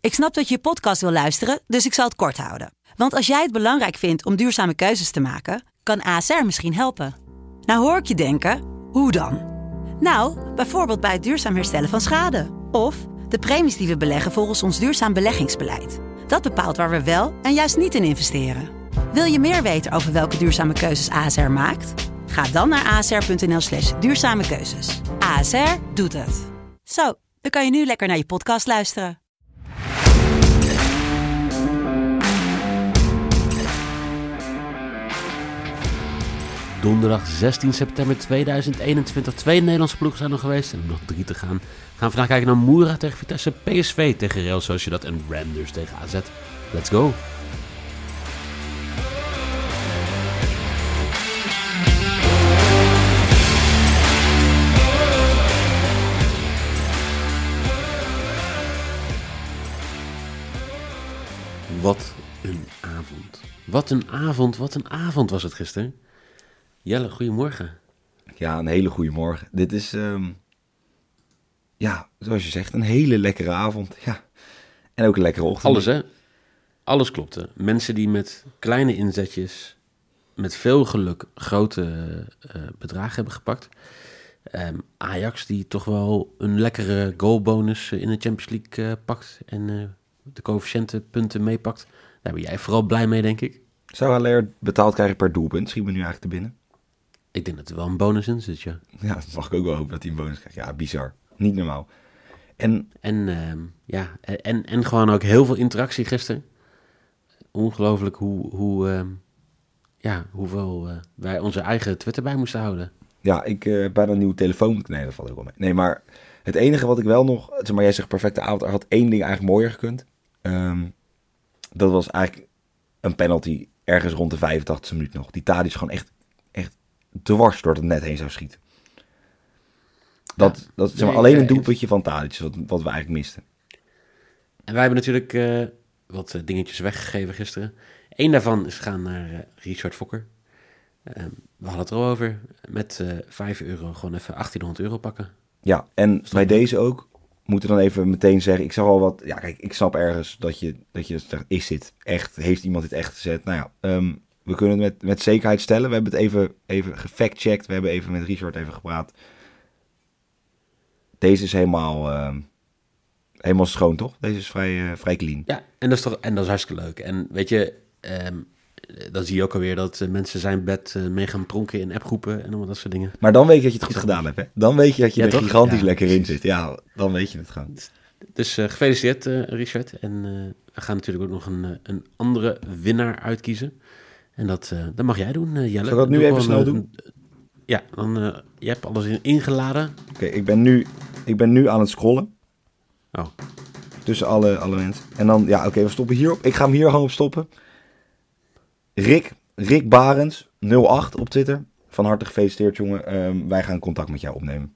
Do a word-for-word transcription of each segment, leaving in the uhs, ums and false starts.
Ik snap dat je je podcast wil luisteren, dus ik zal het kort houden. Want als jij het belangrijk vindt om duurzame keuzes te maken, kan A S R misschien helpen. Nou hoor ik je denken, hoe dan? Nou, bijvoorbeeld bij het duurzaam herstellen van schade. Of de premies die we beleggen volgens ons duurzaam beleggingsbeleid. Dat bepaalt waar we wel en juist niet in investeren. Wil je meer weten over welke duurzame keuzes A S R maakt? Ga dan naar asr.nl slash duurzame keuzes. A S R doet het. Zo, dan kan je nu lekker naar je podcast luisteren. Donderdag zestien september tweeduizend eenentwintig. Twee Nederlandse ploegen zijn nog geweest en nog drie te gaan. We gaan vandaag kijken naar Moura tegen Vitesse, P S V tegen Real Sociedad en Randers tegen A Z. Let's go! Wat een avond. Wat een avond, wat een avond was het gisteren. Jelle, goedemorgen. Ja, een hele goede morgen. Dit is, um, ja, zoals je zegt, een hele lekkere avond. Ja. En ook een lekkere ochtend. Alles, hè? Alles klopte. Mensen die met kleine inzetjes, met veel geluk, grote uh, bedragen hebben gepakt. Um, Ajax die toch wel een lekkere goalbonus in de Champions League uh, pakt en uh, de coëfficiëntenpunten meepakt. Daar ben jij vooral blij mee, denk ik. Zou Haller betaald krijgen per doelpunt? Schiet me nu eigenlijk te binnen. Ik denk dat er wel een bonus in zit, ja. Ja, dat mag ik ook wel hopen dat hij een bonus krijgt. Ja, bizar. Niet normaal. En, en, uh, ja, en, en gewoon ook heel veel interactie gisteren. Ongelooflijk hoe, hoe, uh, ja, hoeveel uh, wij onze eigen Twitter bij moesten houden. Ja, ik uh, heb bijna een nieuwe telefoon. Nee, dat valt ook wel mee. Nee, maar het enige wat ik wel nog... Zeg maar, jij zegt perfecte avond. Er had één ding eigenlijk mooier gekund. Um, dat was eigenlijk een penalty ergens rond de vijfentachtigste minuut nog. Die Tadic gewoon echt, echt dwars door het net heen zou schieten. Dat, ja, dat zeg maar, nee, alleen een doelpuntje van Tadic, wat, wat we eigenlijk misten. En wij hebben natuurlijk uh, wat uh, dingetjes weggegeven gisteren. Eén daarvan is gaan naar uh, Richard Fokker. Uh, we hadden het er al over. Met uh, vijf euro gewoon even achttienhonderd euro pakken. Ja, en Stop. bij deze ook moeten dan even meteen zeggen, ik zag al wat, ja kijk, ik snap ergens dat je, dat je zegt, is dit echt, heeft iemand dit echt gezet? Nou ja, um, we kunnen het met, met zekerheid stellen. We hebben het even, even gefact-checked, we hebben even met Richard even gepraat. Deze is helemaal, uh, helemaal schoon, toch? Deze is vrij, uh, vrij clean. Ja, en dat is toch, en dat is hartstikke leuk. En weet je, um, dan zie je ook alweer dat uh, mensen zijn bed uh, mee gaan pronken in appgroepen en allemaal dat soort dingen. Maar dan weet je dat je het goed gedaan hebt, hè? Dan weet je dat je ja, er toch? gigantisch ja, lekker in zit. Ja, dan weet je het gewoon. Dus uh, gefeliciteerd, uh, Richard. En uh, we gaan natuurlijk ook nog een, een andere winnaar uitkiezen. En dat, uh, dat mag jij doen, uh, Jelle. Zal ik dat nu Doe even gewoon, snel uh, doen? Ja, dan, uh, je hebt alles in, ingeladen. Oké, okay, ik ben nu, ik ben nu aan het scrollen. Oh. Tussen alle, alle mensen. En dan, ja, oké, okay, we stoppen hierop. Ik ga hem hier gewoon op stoppen. Rick, Rick Barens, nul acht op Twitter. Van harte gefeliciteerd, jongen. Um, wij gaan contact met jou opnemen.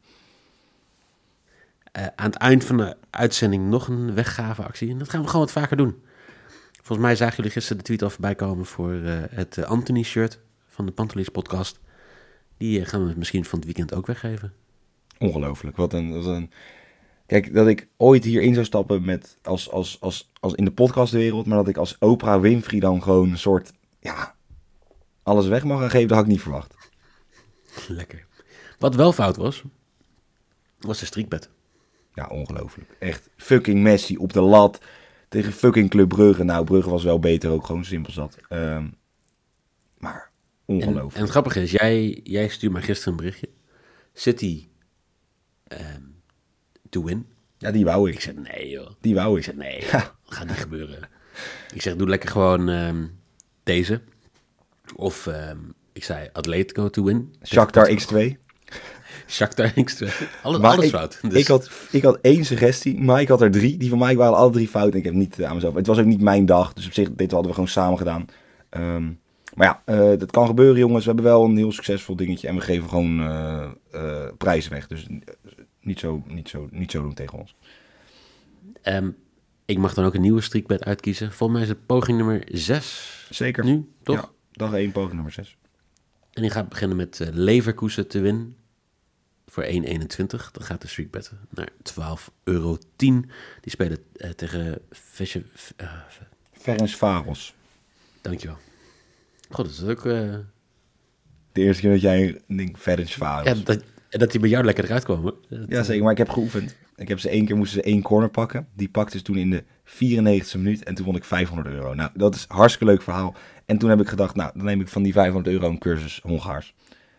Uh, aan het eind van de uitzending nog een weggaveactie. En dat gaan we gewoon wat vaker doen. Volgens mij zagen jullie gisteren de tweet al voorbij komen voor uh, het uh, Anthony-shirt van de Pantelis podcast. Die uh, gaan we misschien van het weekend ook weggeven. Ongelooflijk. Wat een, wat een... Kijk, dat ik ooit hierin zou stappen met als, als, als, als in de podcastwereld, maar dat ik als Oprah Winfrey dan gewoon een soort, ja, alles weg mag gaan geven, dat had ik niet verwacht. Lekker. Wat wel fout was, was de streakbet. Ja, ongelooflijk. Echt fucking Messi op de lat tegen fucking Club Brugge. Nou, Brugge was wel beter, ook gewoon simpel zat. Um, maar ongelooflijk. En, en het grappige is, jij, jij stuurde mij gisteren een berichtje. City um, to win. Ja, die wou ik. Ik zeg nee joh. Die wou ik. Ik zeg nee, ja. Dat gaat niet gebeuren. Ik zeg doe lekker gewoon um, deze. Of um, ik zei Atletico to win. Shakhtar X twee. Shakhtar X twee. Alles, maar alles ik, fout. Dus. Ik, had, ik had één suggestie, maar ik had er drie. Die van mij waren alle drie fout en ik heb niet uh, aan mezelf. Het was ook niet mijn dag, dus op zich, dit hadden we gewoon samen gedaan. Um, maar ja, uh, dat kan gebeuren jongens. We hebben wel een heel succesvol dingetje en we geven gewoon uh, uh, prijzen weg. Dus uh, niet, zo, niet, zo, niet zo doen tegen ons. Um, ik mag dan ook een nieuwe streakbet uitkiezen. Volgens mij is het poging nummer zes. Zeker. Nu, toch? Ja, dag één, poging nummer zes. En die gaat beginnen met uh, Leverkusen te winnen. voor één komma eenentwintig. Dan gaat de streakbet naar twaalf euro tien. Die spelen uh, tegen Vesje... Uh, Ferencváros. Dankjewel. God, dat is ook... Uh... De eerste keer dat jij denkt Ferencváros. Ja, dat, dat die bij jou lekker eruit kwam. Hoor. Dat, ja, zeker. Maar ik heb geoefend. Ik heb ze één keer moesten ze één corner pakken. Die pakte ze toen in de vierennegentigste minuut. En toen won ik vijfhonderd euro. Nou, dat is een hartstikke leuk verhaal. En toen heb ik gedacht, nou, dan neem ik van die vijfhonderd euro een cursus Hongaars.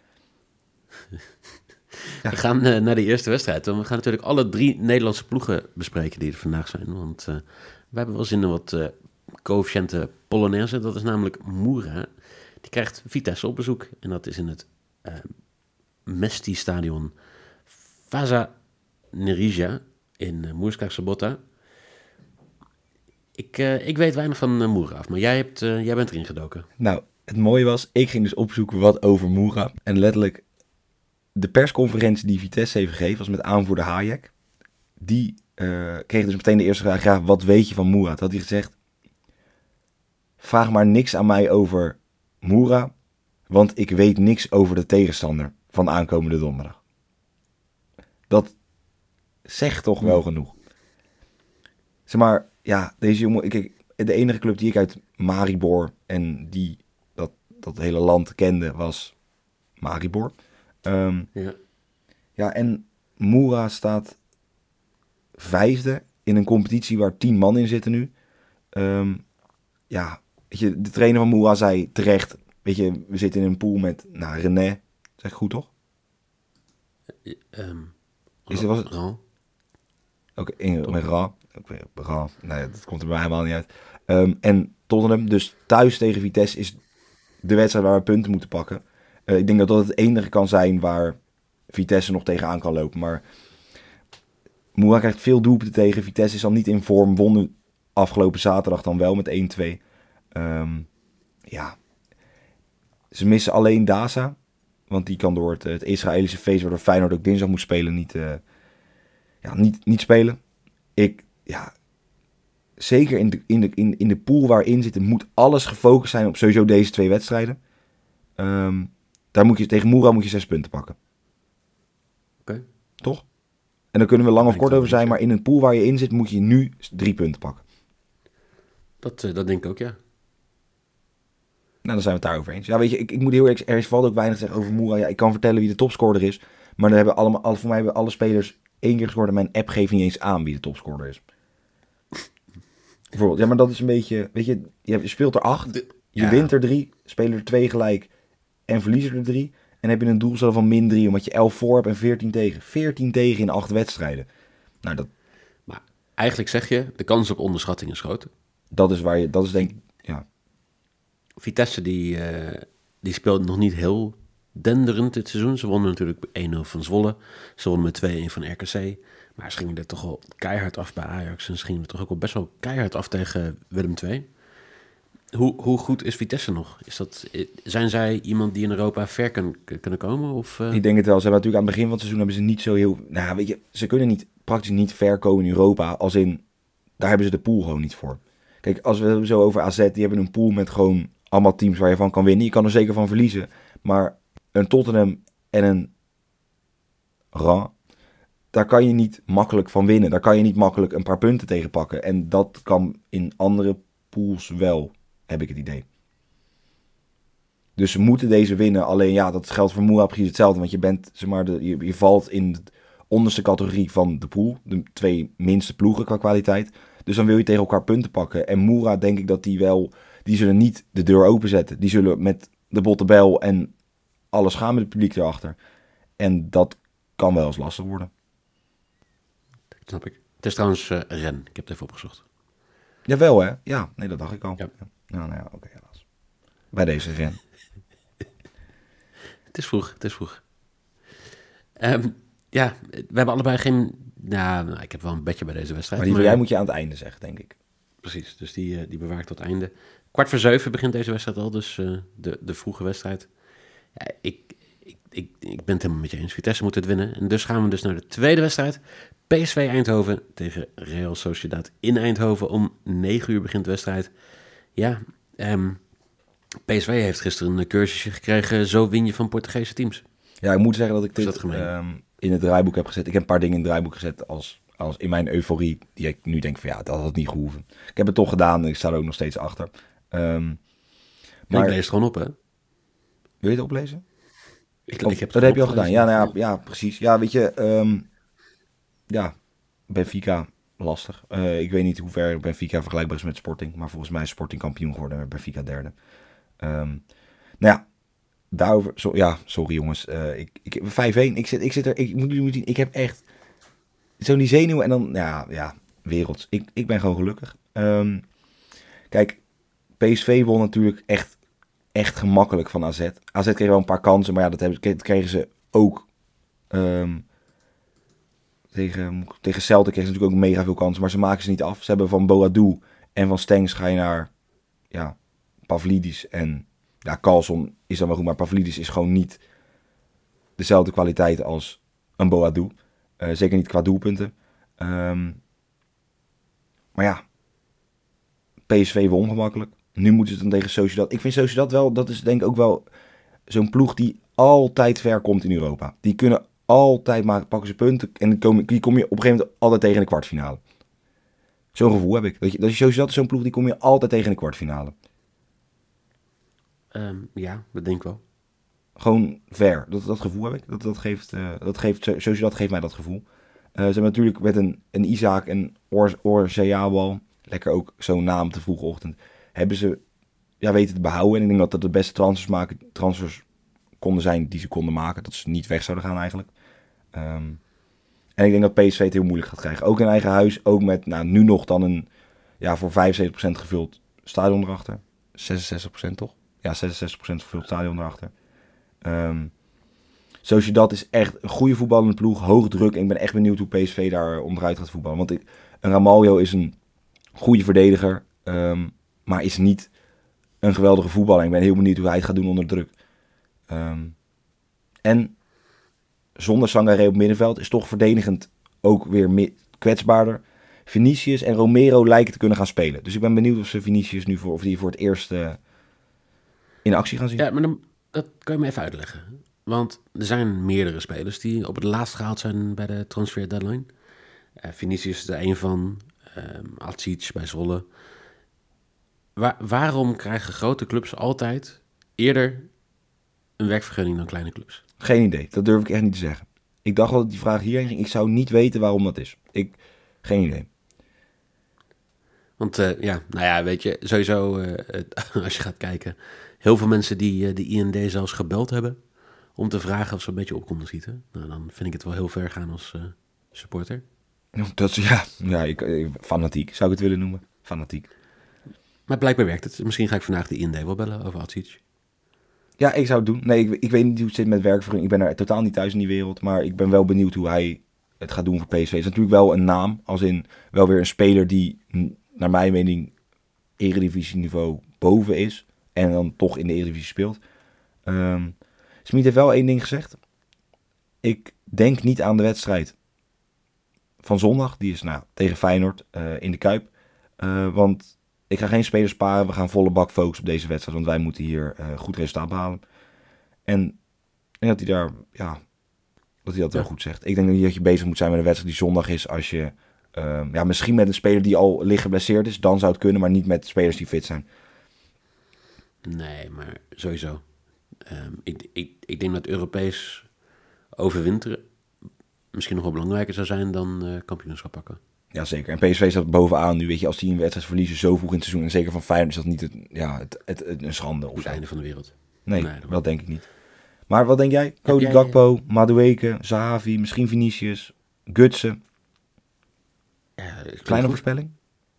Ja. We gaan uh, naar de eerste wedstrijd. We gaan natuurlijk alle drie Nederlandse ploegen bespreken die er vandaag zijn. Want uh, we hebben wel zin in wat uh, coëfficiënte Polonaise. Dat is namelijk Mura. Die krijgt Vitesse op bezoek. En dat is in het uh, Mesti-stadion Faza Nerija in uh, Murska Sobota. Ik, uh, ik weet weinig van uh, Mura af, maar jij, hebt, uh, jij bent erin gedoken. Nou, het mooie was, ik ging dus opzoeken wat over Mura. En letterlijk, de persconferentie die Vitesse heeft gegeven, was met aanvoerder Hayek. Die uh, kreeg dus meteen de eerste vraag, ja, wat weet je van Mura? Toen had hij gezegd, vraag maar niks aan mij over Mura, want ik weet niks over de tegenstander van aankomende donderdag. Dat zegt toch wel genoeg. Zeg maar, ja, deze jongen, ik, de enige club die ik uit Maribor en die dat, dat hele land kende was Maribor. Um, ja. ja, en Mura staat vijfde in een competitie waar tien man in zitten nu. Um, ja, weet je, de trainer van Mura zei terecht, weet je, we zitten in een pool met, nou, René, zeg goed toch? Um, Is het, was het? Oké, okay, met Ra. Ra. Nee, dat komt er bij mij helemaal niet uit. Um, en Tottenham, dus thuis tegen Vitesse is de wedstrijd waar we punten moeten pakken. Uh, ik denk dat dat het enige kan zijn waar Vitesse nog tegenaan kan lopen. Maar Mura krijgt veel doelpunten tegen. Vitesse is al niet in vorm. Won afgelopen zaterdag dan wel met één twee. Um, ja. Ze missen alleen Daza. Want die kan door het, het Israëlische feest, waardoor Feyenoord ook dinsdag moet spelen, niet, uh, ja, niet, niet spelen. Ik, ja, zeker in de, in, de, in, in de pool waarin zitten, moet alles gefocust zijn op sowieso deze twee wedstrijden. Um, daar moet je, tegen Mura moet je zes punten pakken. Oké. Okay. Toch? En daar kunnen we lang of kort over zijn, maar in een pool waar je in zit, moet je nu drie punten pakken. Dat, uh, dat denk ik ook, ja. Nou, dan zijn we het daarover eens. Ja, weet je, ik, ik moet heel erg, er valt ook weinig te zeggen over Mura. Ja, ik kan vertellen wie de topscorer is, maar dan hebben allemaal, alle, voor mij hebben alle spelers één keer gescoord en mijn app geeft niet eens aan wie de topscorer is. Bijvoorbeeld, ja, maar dat is een beetje, weet je, je speelt er acht, je ja. wint er drie, spelen er twee gelijk en verliezen er drie. En heb je een doelstelling van min drie, omdat je elf voor hebt en veertien tegen. veertien tegen in acht wedstrijden. Nou, dat... Maar eigenlijk zeg je, de kans op onderschatting is groot. Dat is waar je, dat is denk ik, ja. Vitesse die, uh, die speelt nog niet heel denderend dit seizoen. Ze wonnen natuurlijk één nul van Zwolle. Ze wonnen met twee een van R K C. Maar ze gingen er toch wel keihard af bij Ajax. En ze gingen er toch ook wel best wel keihard af tegen Willem twee. Hoe, hoe goed is Vitesse nog? Is dat, zijn zij iemand die in Europa ver kan, kunnen komen? Of, uh... Ik denk het wel. Ze hebben natuurlijk aan het begin van het seizoen hebben ze niet zo heel... Nou, weet je, ze kunnen niet, praktisch niet ver komen in Europa. Als in, daar hebben ze de pool gewoon niet voor. Kijk, als we het zo over A Z, die hebben een pool met gewoon allemaal teams waar je van kan winnen. Je kan er zeker van verliezen. Maar een Tottenham en een Rennes, daar kan je niet makkelijk van winnen. Daar kan je niet makkelijk een paar punten tegen pakken. En dat kan in andere pools wel, heb ik het idee. Dus ze moeten deze winnen. Alleen ja, dat geldt voor Mura precies hetzelfde. Want je bent, zeg maar, de, je, je valt in de onderste categorie van de pool. De twee minste ploegen qua kwaliteit. Dus dan wil je tegen elkaar punten pakken. En Mura denk ik dat die wel, die zullen niet de deur openzetten. Die zullen met de botte bel en alles gaan met het publiek erachter. En dat kan wel eens lastig worden. Dat snap ik. Het is trouwens uh, Ren. Ik heb het even opgezocht. Jawel hè? Ja, nee, dat dacht ik al. Ja. Ja. Nou, nou ja, oké, okay, helaas. Bij deze Ren. Het is vroeg, het is vroeg. Um, ja, we hebben allebei geen... Nou, ik heb wel een bedje bij deze wedstrijd. Maar die maar... jij moet je aan het einde zeggen, denk ik. Precies, dus die, uh, die bewaar ik tot het einde. Kwart voor zeven begint deze wedstrijd al, dus uh, de, de vroege wedstrijd. Ja, ik, ik, ik, ik ben het helemaal met je eens. Vitesse moet het winnen. En dus gaan we dus naar de tweede wedstrijd. P S V Eindhoven tegen Real Sociedad in Eindhoven. Om negen uur begint de wedstrijd. Ja, um, P S V heeft gisteren een cursusje gekregen. Zo win je van Portugese teams. Ja, ik moet zeggen dat ik dit... Dat, um, in het draaiboek heb gezet. Ik heb een paar dingen in het draaiboek gezet als, als in mijn euforie. Die ik nu denk van ja, dat had niet gehoeven. Ik heb het toch gedaan en ik sta er ook nog steeds achter. Um, maar ik lees het gewoon op, hè? Wil je het oplezen? Ik, of, ik heb het dat heb je al gedaan. Ja, nou ja, ja. ja, precies. Ja, weet je, um, ja, Benfica, lastig. Uh, ik weet niet hoe ver Benfica vergelijkbaar is met Sporting. Maar volgens mij is Sporting kampioen geworden en Benfica derde. Um, nou ja, daarover... So, ja, sorry jongens. Uh, ik, ik, vijf-een. Ik zit, ik zit er... Ik moet jullie zien, ik heb echt zo'n die zenuw en dan... Ja, ja, werelds. Ik, ik ben gewoon gelukkig. Um, kijk, P S V won natuurlijk echt, echt gemakkelijk van A Z. A Z kreeg wel een paar kansen, maar ja, dat, hebben, dat kregen ze ook... Um, tegen, tegen Celtic kregen ze natuurlijk ook mega veel kansen, maar ze maken ze niet af. Ze hebben van Boadou en van Stengs ga je naar... Ja, Pavlidis en... Ja, Carlson is dan wel goed, maar Pavlidis is gewoon niet dezelfde kwaliteit als een Boadou. Uh, zeker niet qua doelpunten. Um, maar ja, P S V won gemakkelijk. Nu moeten ze dan tegen Sociedad. Ik vind Sociedad wel, dat is denk ik ook wel zo'n ploeg die altijd ver komt in Europa. Die kunnen altijd maken, pakken ze punten en die kom, die kom je op een gegeven moment altijd tegen de kwartfinale. Zo'n gevoel heb ik. Dat je, dat je Sociedad is zo'n ploeg, die kom je altijd tegen de kwartfinale. Um, ja, dat denk ik wel. Gewoon ver. Dat, dat gevoel heb ik. Dat, dat geeft, uh, dat geeft, Sociedad geeft mij dat gevoel. Uh, ze hebben natuurlijk met een, een Isaac en Orzabal, lekker ook zo'n naam te vroege ochtend, hebben ze ja, weten te behouden. En ik denk dat dat de beste transfers, maken, transfers konden zijn die ze konden maken. Dat ze niet weg zouden gaan eigenlijk. Um, en ik denk dat P S V het heel moeilijk gaat krijgen. Ook in eigen huis. Ook met nou, nu nog dan een ja, voor vijfenzeventig procent gevuld stadion erachter. zesenzestig procent toch? Ja, zesenzestig procent gevuld stadion erachter. Um, Sociedad is echt een goede voetballende ploeg. Hoog druk. En ik ben echt benieuwd hoe P S V daar onderuit gaat voetballen. Want ik, een Ramaljo is een goede verdediger. Um, maar is niet een geweldige voetballer. Ik ben heel benieuwd hoe hij het gaat doen onder druk. Um, en zonder Sangaré op middenveld is toch verdedigend ook weer me- kwetsbaarder. Vinicius en Romero lijken te kunnen gaan spelen. Dus ik ben benieuwd of ze Vinicius nu voor, of die voor het eerst uh, in actie gaan zien. Ja, maar dan, dat kan je me even uitleggen. Want er zijn meerdere spelers die op het laatst gehaald zijn bij de transfer deadline. Uh, Vinicius is er een van. Um, Atsic bij Zwolle. Waar, waarom krijgen grote clubs altijd eerder een werkvergunning dan kleine clubs? Geen idee, dat durf ik echt niet te zeggen. Ik dacht dat die vraag hierheen ging. Ik zou niet weten waarom dat is. Ik, geen idee. Want uh, ja, nou ja, weet je, sowieso uh, als je gaat kijken, heel veel mensen die uh, de I N D zelfs gebeld hebben om te vragen of ze een beetje op konden schieten. Nou, dan vind ik het wel heel ver gaan als uh, supporter. Dat is, ja, ja ik, ik, fanatiek zou ik het willen noemen. Fanatiek. Maar blijkbaar werkt het. Misschien ga ik vandaag de I N D wel bellen over Atsic. Ja, ik zou het doen. Nee, ik, ik weet niet hoe het zit met werkvergunning. Ik ben er totaal niet thuis in die wereld. Maar ik ben wel benieuwd hoe hij het gaat doen voor P S V. Het is natuurlijk wel een naam. Als in wel weer een speler die, naar mijn mening, eredivisieniveau boven is. En dan toch in de eredivisie speelt. Um, Smit heeft wel één ding gezegd. Ik denk niet aan de wedstrijd van zondag. Die is nou, tegen Feyenoord uh, in de Kuip. Uh, want ik ga geen spelers sparen. We gaan volle bak focussen op deze wedstrijd. Want wij moeten hier uh, goed resultaat behalen. En, en dat hij daar, ja, dat hij dat ja. wel goed zegt. Ik denk dat je bezig moet zijn met een wedstrijd die zondag is. Als je, uh, ja, misschien met een speler die al licht geblesseerd is. Dan zou het kunnen, maar niet met spelers die fit zijn. Nee, maar sowieso. Um, ik, ik, ik denk dat Europees overwinteren misschien nog wel belangrijker zou zijn dan uh, kampioenschap pakken. Ja, zeker. En P S V staat bovenaan nu. Weet je, als die een wedstrijd verliezen zo vroeg in het seizoen. En zeker van Feyenoord is dat niet het, ja, het, het, het, een schande. Of het zo. einde van de wereld. Nee, nee dat, dat denk ik niet. Maar wat denk jij? Cody jij, Gakpo, Madueke, Zahavi, misschien Vinicius, Gutsen. Uh, Kleine goed. voorspelling?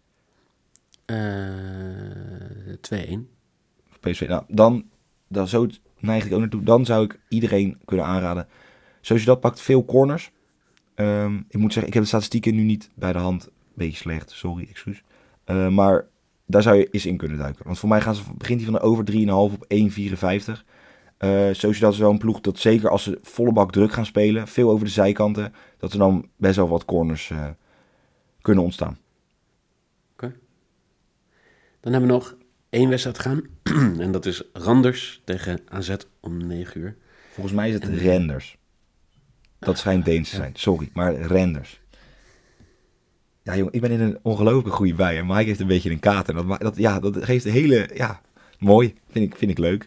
Uh, twee-een. P S V. Nou, dan, dan zo neig ik ook naartoe. Dan zou ik iedereen kunnen aanraden. Zoals je dat pakt, veel corners. Um, ik moet zeggen, ik heb de statistieken nu niet bij de hand. Een beetje slecht, sorry, excuus. Uh, maar daar zou je eens in kunnen duiken. Want voor mij gaan ze, begint hij van de over drie komma vijf op één komma vierenvijftig. Uh, zoals dat is wel een ploeg dat zeker als ze volle bak druk gaan spelen, veel over de zijkanten, dat er dan best wel wat corners uh, kunnen ontstaan. Oké. Okay. Dan hebben we nog één wedstrijd gaan. En dat is Randers tegen A Z om negen uur. Volgens mij is het en, Renders. Dat schijnt Deens te zijn. Sorry, maar Renders. Ja, jongen, ik ben in een ongelooflijk goede bij. En Mike heeft een beetje een kater. Dat, ma- dat, ja, dat geeft een hele... Ja, mooi. Vind ik, vind ik leuk.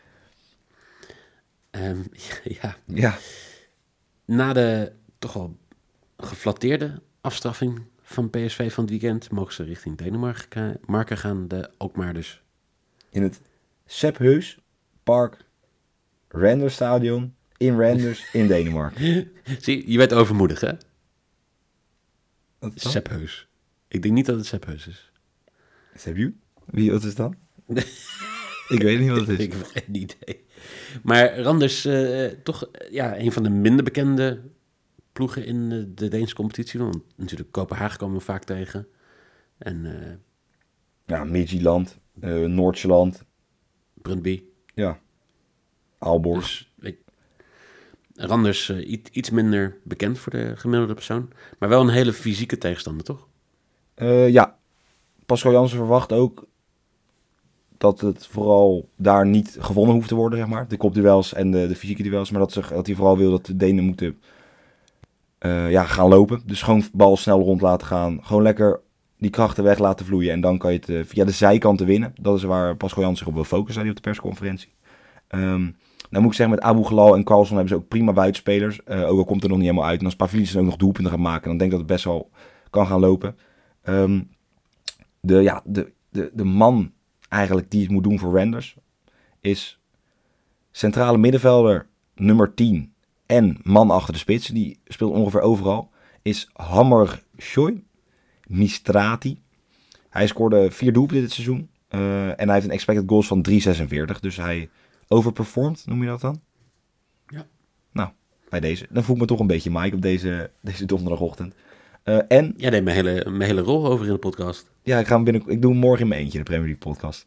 Um, ja. Ja. Na de toch wel geflatteerde afstraffing van P S V van het weekend... mogen ze richting Denemarken gaan. De Alkmaar dus. In het Sepp Park Renders Stadion in Renders in Denemarken. Zie, je werd overmoedig, hè? Wat is dat? Sepheus. Ik denk niet dat het Sepheus is. Sepp Wie, wat is dat? Ik weet niet wat het is. Ik heb geen idee. Maar Randers, uh, toch uh, ja, een van de minder bekende ploegen in uh, de Deense competitie. Want natuurlijk Kopenhagen komen we vaak tegen. En uh, ja, Midtjylland, uh, Noord-Sjælland. Brøndby. Ja. Aalborg. Dus, weet, Randers uh, iets, iets minder bekend voor de gemiddelde persoon. Maar wel een hele fysieke tegenstander, toch? Uh, ja. Pascal Jansen verwacht ook dat het vooral daar niet gewonnen hoeft te worden, zeg maar. De kopduels en de, de fysieke duels. Maar dat, ze, dat hij vooral wil dat de Denen moeten uh, ja, gaan lopen. Dus gewoon bal snel rond laten gaan. Gewoon lekker die krachten weg laten vloeien. En dan kan je het uh, via de zijkanten winnen. Dat is waar Pascal Jansen zich op wil focussen, zei hij op de persconferentie. Um, nou moet ik zeggen, met Abu Ghalal en Carlson hebben ze ook prima buitenspelers. Uh, ook al komt er nog niet helemaal uit. En als Pavlidis ook nog doelpunten gaat maken, dan denk ik dat het best wel kan gaan lopen. Um, de, ja, de, de, de man eigenlijk die het moet doen voor Renders is centrale middenvelder nummer tien en man achter de spits. Die speelt ongeveer overal. Is Hammarskjöld Mistrati. Hij scoorde vier doelpunten dit seizoen. Uh, en hij heeft een expected goals van drie komma zesenveertig. Dus hij overperformed, noem je dat dan? Ja. Nou, bij deze. Dan voel ik me toch een beetje Mike op deze, deze donderdagochtend. Uh, en... Jij neemt mijn hele, mijn hele rol over in de podcast. Ja, ik, ga hem binnen, ik doe hem morgen in mijn eentje, de Premier League podcast.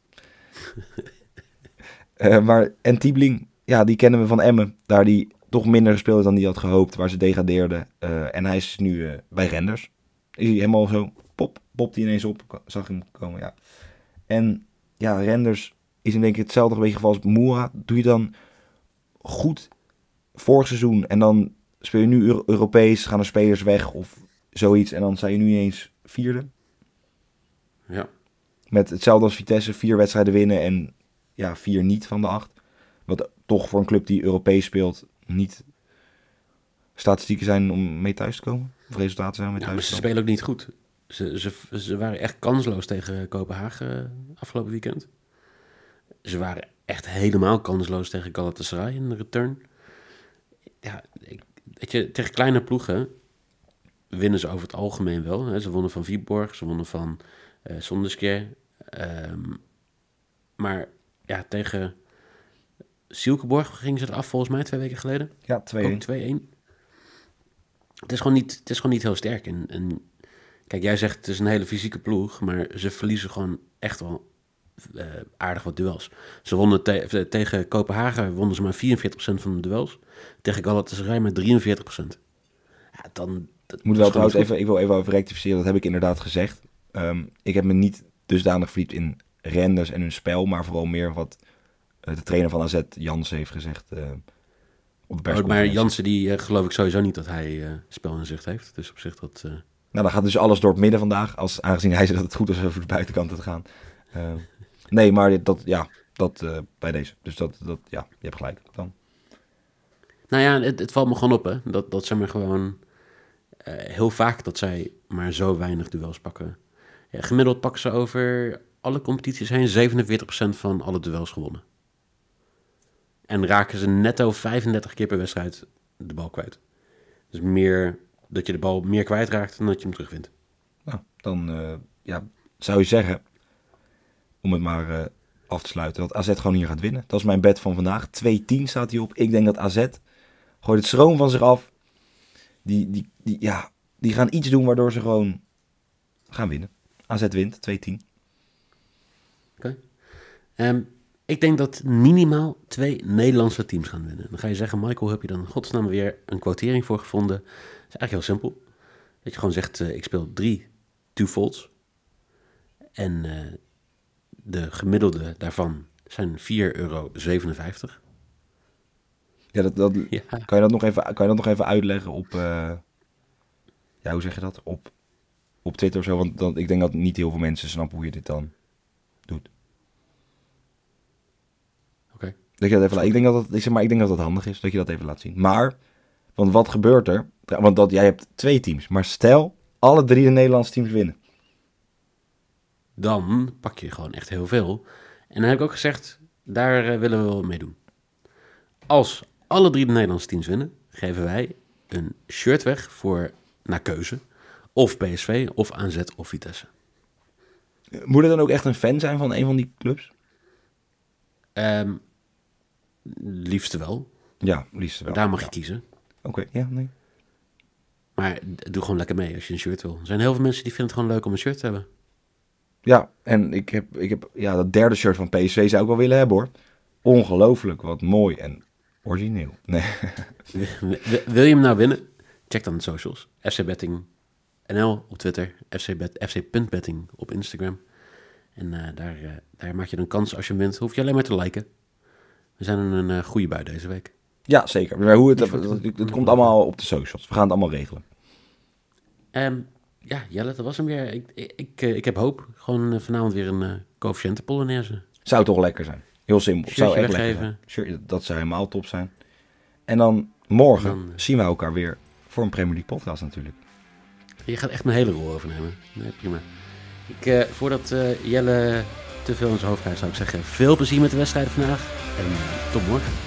uh, maar, en Tiebling, ja, die kennen we van Emmen. Daar die toch minder gespeeld is dan die had gehoopt, waar ze degradeerden. Uh, en hij is nu uh, bij Renders. Is hij helemaal zo, pop, popt hij ineens op. Zag hem komen, ja. En ja, Renders is hem denk ik hetzelfde beetje geval als Moura. Doe je dan goed vorig seizoen en dan speel je nu Euro- Europees, gaan er spelers weg of zoiets. En dan zijn je nu ineens vierde. Ja. Met hetzelfde als Vitesse, vier wedstrijden winnen en ja, vier niet van de acht. Wat toch voor een club die Europees speelt niet statistieken zijn om mee thuis te komen. Of resultaten zijn om mee Ja, thuis maar te ze komen. spelen ook niet goed. Ze, ze, ze waren echt kansloos tegen Kopenhagen afgelopen weekend. Ze waren echt helemaal kansloos tegen Galatasaray in de return. Ja, ik, weet je, tegen kleine ploegen winnen ze over het algemeen wel. Hè. Ze wonnen van Viborg, ze wonnen van uh, Sondersker. Um, maar ja, tegen Silkeborg gingen ze eraf volgens mij twee weken geleden. Ja, twee-een. Ook twee-een. Het is gewoon niet, het is gewoon niet heel sterk. En, en kijk, jij zegt het is een hele fysieke ploeg, maar ze verliezen gewoon echt wel uh, aardig wat duels. Ze wonnen te, tegen Kopenhagen wonnen ze maar vierenveertig procent van de duels. Tegen Galatasaray maar drieënveertig procent. Ja, dan... Ik moet wel trouwens even, ik wil even over rectificeren, dat heb ik inderdaad gezegd. Um, ik heb me niet dusdanig verdiept in Renders en hun spel, maar vooral meer wat uh, de trainer van A Z, Jansen, heeft gezegd uh, op de persconferentie. Maar Jansen, die uh, geloof ik sowieso niet dat hij uh, spel in zicht heeft. Dus op zich dat... Uh... Nou, dan gaat dus alles door het midden vandaag, als, aangezien hij zei dat het goed is over de buitenkant te gaan. Uh, nee, maar dat, ja, dat uh, bij deze. Dus dat, dat, ja, je hebt gelijk dan. Nou ja, het, het valt me gewoon op, hè. Dat, dat zeg maar gewoon... Uh, heel vaak dat zij maar zo weinig duels pakken. Ja, gemiddeld pakken ze over alle competities heen zevenenveertig procent van alle duels gewonnen. En raken ze netto vijfendertig keer per wedstrijd de bal kwijt. Dus meer dat je de bal meer kwijtraakt dan dat je hem terugvindt. Nou, dan uh, ja, zou je zeggen, om het maar uh, af te sluiten, dat A Z gewoon hier gaat winnen. Dat is mijn bet van vandaag. twee tien staat hij op. Ik denk dat A Z gooit het schroom van zich af. Die, die, die, ja, die gaan iets doen waardoor ze gewoon gaan winnen. A Z wint, twee tien. Oké. Okay. Um, ik denk dat minimaal twee Nederlandse teams gaan winnen. Dan ga je zeggen, Michael, heb je dan in godsnaam weer een quotering voor gevonden? Dat is eigenlijk heel simpel. Dat je gewoon zegt, uh, ik speel drie two-folds. En uh, de gemiddelde daarvan zijn vier euro zevenenvijftig. Ja, dat, dat, Ja. Kan, je dat nog even, kan je dat nog even uitleggen op... Uh, ja, hoe zeg je dat? Op, op Twitter of zo? Want dan, ik denk dat niet heel veel mensen snappen hoe je dit dan doet. Oké. Okay. Dat je dat even, ik, denk dat dat, ik, zeg maar, ik denk dat dat handig is, dat je dat even laat zien. Maar, want wat gebeurt er? Want dat, jij hebt twee teams. Maar stel, alle drie de Nederlandse teams winnen. Dan pak je gewoon echt heel veel. En dan heb ik ook gezegd, daar uh, willen we wel mee doen. Als alle drie de Nederlandse teams winnen, geven wij een shirt weg voor naar keuze. Of P S V, of A Z, of Vitesse. Moet er dan ook echt een fan zijn van een van die clubs? Um, liefste wel. Ja, liefste wel. Daar mag je ja. kiezen. Oké, okay, ja, nee. Maar doe gewoon lekker mee als je een shirt wil. Er zijn heel veel mensen die vinden het gewoon leuk om een shirt te hebben. Ja, en ik heb, ik heb ja, dat derde shirt van P S V zou ik wel willen hebben, hoor. Ongelooflijk, wat mooi en origineel. Nee. Wil je hem nou winnen? Check dan de socials. F C Betting N L op Twitter. F C punt betting op Instagram. En uh, daar, uh, daar maak je dan kans als je hem wint. Hoef je alleen maar te liken. We zijn een uh, goede bui deze week. Ja, zeker. Maar hoe het, het, het, het, het komt allemaal op de socials. We gaan het allemaal regelen. Um, ja, Jelle, dat was hem weer. Ik, ik, ik, uh, ik heb hoop. Gewoon uh, vanavond weer een uh, coëfficiënten polonaise. Zou toch lekker zijn. Heel simpel. Shirtje zou echt weggeven. lekker zijn. Shirt, dat zou helemaal top zijn. En dan morgen dan, uh, zien we elkaar weer voor een Premier League podcast natuurlijk. Je gaat echt mijn hele rol overnemen. Nee, prima. Ik, uh, voordat uh, Jelle te veel in zijn hoofd krijgt, zou ik zeggen, veel plezier met de wedstrijden vandaag. En uh, tot morgen.